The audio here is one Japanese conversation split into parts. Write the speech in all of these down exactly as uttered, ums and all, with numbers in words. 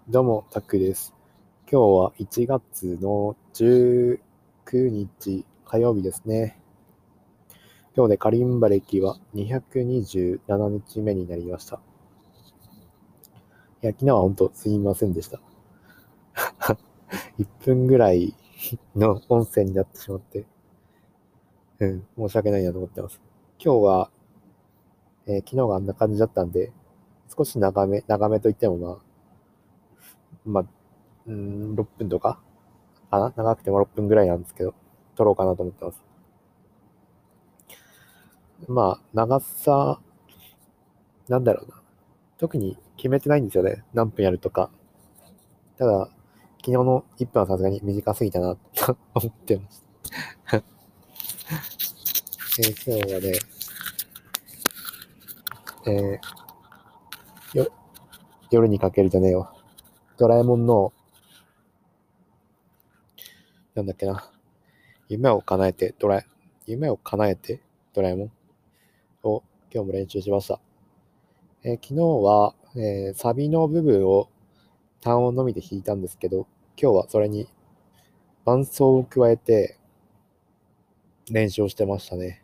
どうも、タクです。今日はいちがつのじゅうくにち火曜日ですね。今日でカリンバ歴はにひゃくにじゅうななにちめになりました。いや、昨日は本当すみませんでした。いっぷんぐらいの音声になってしまって、うん、申し訳ないなと思ってます。今日は、えー昨日があんな感じだったんで、少し長め、長めといってもまあ、まあ、うーん、ろっぷんとかかな長くてもろっぷんぐらいなんですけど、撮ろうかなと思ってます。まあ、長さ、なんだろうな。特に決めてないんですよね。何分やるとか。ただ、昨日のいっぷんはさすがに短すぎたなと思ってます。えー今日はね、えーよ、夜にかけるじゃねえわ。ドラえもんの、なんだっけな。夢を叶えて、ドラえ、夢を叶えて、ドラえもんを今日も練習しました。えー昨日は、えーサビの部分を単音のみで弾いたんですけど、今日はそれに伴奏を加えて練習をしてましたね。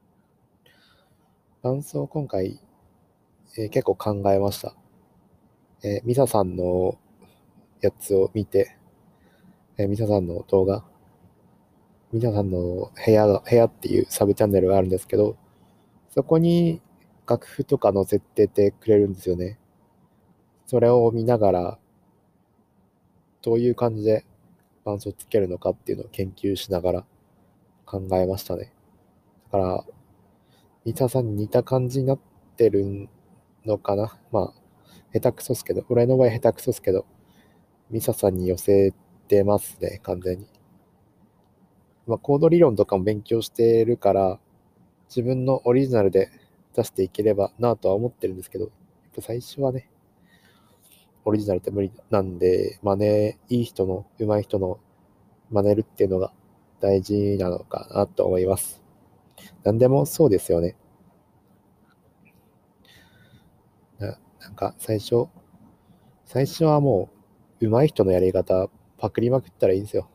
伴奏今回、えー結構考えました。えーミサさんのやつを見て、えーミサさんの動画、ミサさんの部屋が、部屋っていうサブチャンネルがあるんですけど、そこに楽譜とか載せててくれるんですよね。それを見ながら、どういう感じで伴奏つけるのかっていうのを研究しながら考えましたね。だから、ミサさんに似た感じになってるのかな。まあ、下手くそっすけど、俺の場合下手くそっすけど、ミサさんに寄せてますね、完全に。まあ、コード理論とかも勉強してるから、自分のオリジナルで出していければなとは思ってるんですけど、やっぱ最初はね、オリジナルって無理なんで、真似、いい人の、上手い人の真似るっていうのが大事なのかなと思います。何でもそうですよね。な、なんか最初、最初はもう、上手い人のやり方、パクりまくったらいいんですよ。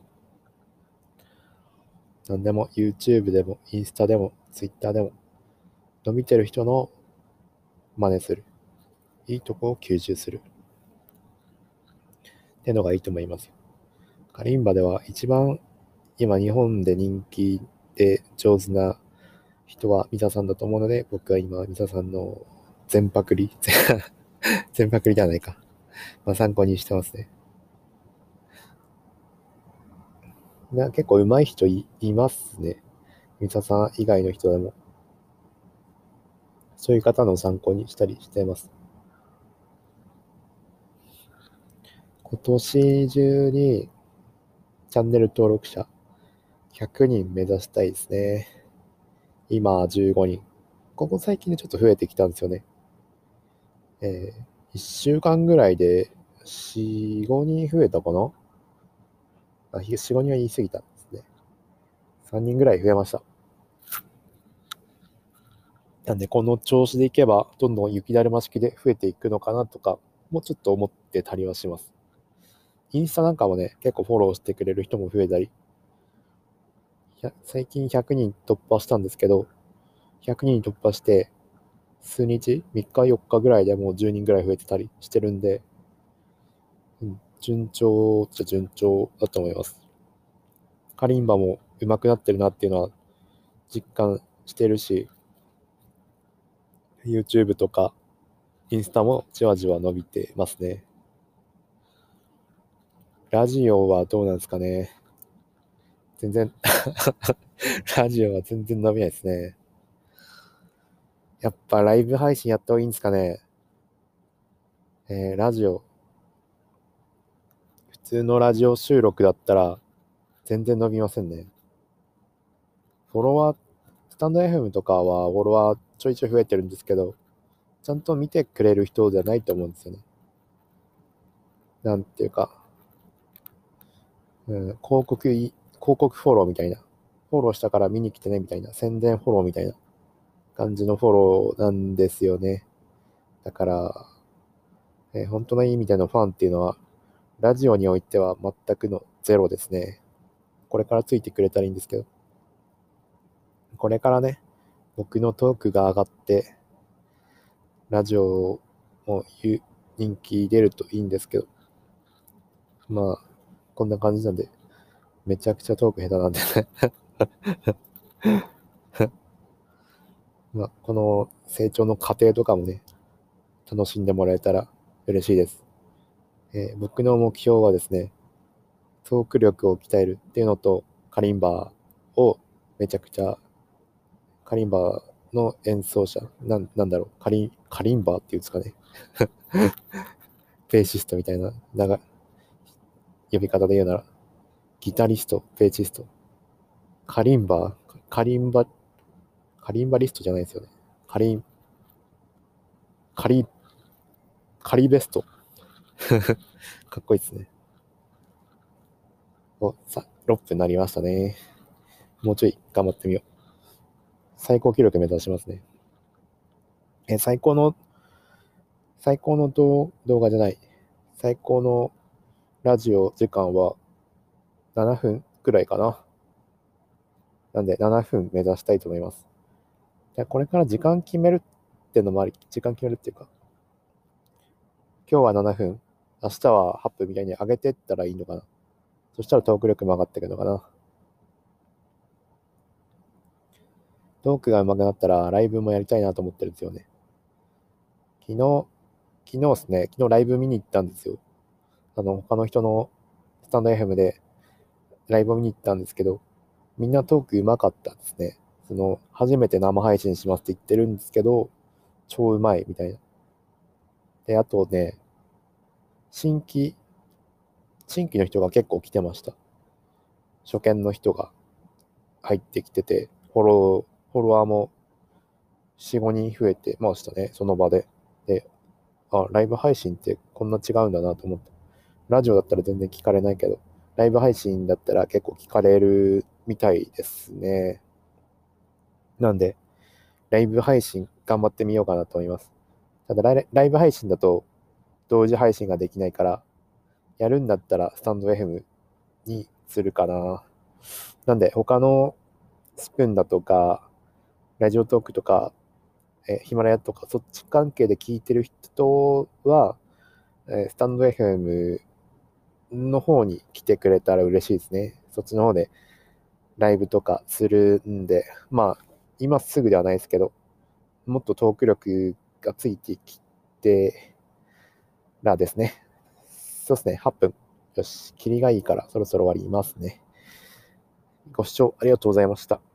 何でも YouTube でも、インスタでも、Twitter でも、伸びてる人の真似する。いいとこを吸収する。ってのがいいと思います。カリンバでは一番今日本で人気で上手な人はミサさんだと思うので、僕は今ミサさんの全パクリ全パクリではないか。まあ参考にしてますね。な結構上手い人 い, いますね。ミサさん以外の人でも。そういう方の参考にしたりしてます。今年中にチャンネル登録者ひゃくにん目指したいですね。今じゅうごにん。ここ最近でちょっと増えてきたんですよね。えー、いっしゅうかんぐらいでよん、ごにん増えたかなあ、よん、ごにんは言い過ぎたんですね。さんにんぐらい増えました。なんで、この調子でいけば、どんどん雪だるま式で増えていくのかなとか、もうちょっと思ってたりはします。インスタなんかもね、結構フォローしてくれる人も増えたり、最近ひゃくにん突破したんですけど、ひゃくにん突破して、数日 ?みっ 日よっかぐらいでもうじゅうにんぐらい増えてたりしてるんで、うん、順調っちゃ順調だと思います。カリンバも上手くなってるなっていうのは実感してるし、YouTube とかインスタもじわじわ伸びてますね。ラジオはどうなんですかね。全然ラジオは全然伸びないですね。やっぱライブ配信やった方がいいんですかね。えー、ラジオ、普通のラジオ収録だったら全然伸びませんね。フォロワー、スタンド エフエム とかはフォロワーちょいちょい増えてるんですけど、ちゃんと見てくれる人じゃないと思うんですよね。なんていうか、うん、広告い、広告フォローみたいな。フォローしたから見に来てねみたいな。宣伝フォローみたいな感じのフォローなんですよね。だから、えー本当の意味でのファンっていうのはラジオにおいては全くのゼロですね。これからついてくれたらいいんですけど。これからね、僕のトークが上がって、ラジオも人気出るといいんですけど、まあ、こんな感じなんで、めちゃくちゃトーク下手なんでねまあ、この成長の過程とかもね、楽しんでもらえたら嬉しいです。えー僕の目標はですね、トーク力を鍛えるっていうのと、カリンバーをめちゃくちゃ、カリンバーの演奏者、なん、なんだろう、カリン、カリンバーっていうんですかね。ベーシストみたいな、なんか、呼び方で言うなら、ギタリスト、ベーシスト、カリンバー、カリンバ、カリンバリストじゃないですよね。カリン、カリ、カリベスト。かっこいいですね。お、さ、ろっぷんになりましたね。もうちょい頑張ってみよう。最高記録目指しますね。え、最高の、最高の動動画じゃない。最高のラジオ時間はななふんくらいかな。なんでななふん目指したいと思います。でこれから時間決めるっていうのもあり、時間決めるっていうか、今日はななふん、明日ははっぷんみたいに上げてったらいいのかな。そしたらトーク力も上がってくるのかな。トークが上手くなったらライブもやりたいなと思ってるんですよね。昨日、昨日ですね、昨日ライブ見に行ったんですよ。あの、他の人のスタンド エフエム でライブを見に行ったんですけど、みんなトーク上手かったですね。その、初めて生配信しますって言ってるんですけど、超上手いみたいな。で、あとね、新規、新規の人が結構来てました。初見の人が入ってきてて、フォロー、フォロワーもよん、ごにん増えてましたね、その場で。で、あ、ライブ配信ってこんな違うんだなと思って。ラジオだったら全然聞かれないけど、ライブ配信だったら結構聞かれるみたいですね。なんで、ライブ配信頑張ってみようかなと思います。ただライ、ライブ配信だと同時配信ができないから、やるんだったらスタンド エフエム にするかな。なんで、他のスプーンだとか、ラジオトークとか、えヒマラヤとか、そっち関係で聞いてる人は、えスタンド エフエム の方に来てくれたら嬉しいですね。そっちの方でライブとかするんで、まあ、今すぐではないですけど、もっとトーク力がついてきてらですね。そうですね、はっぷん。よし、切りがいいからそろそろ終わりますね。ご視聴ありがとうございました。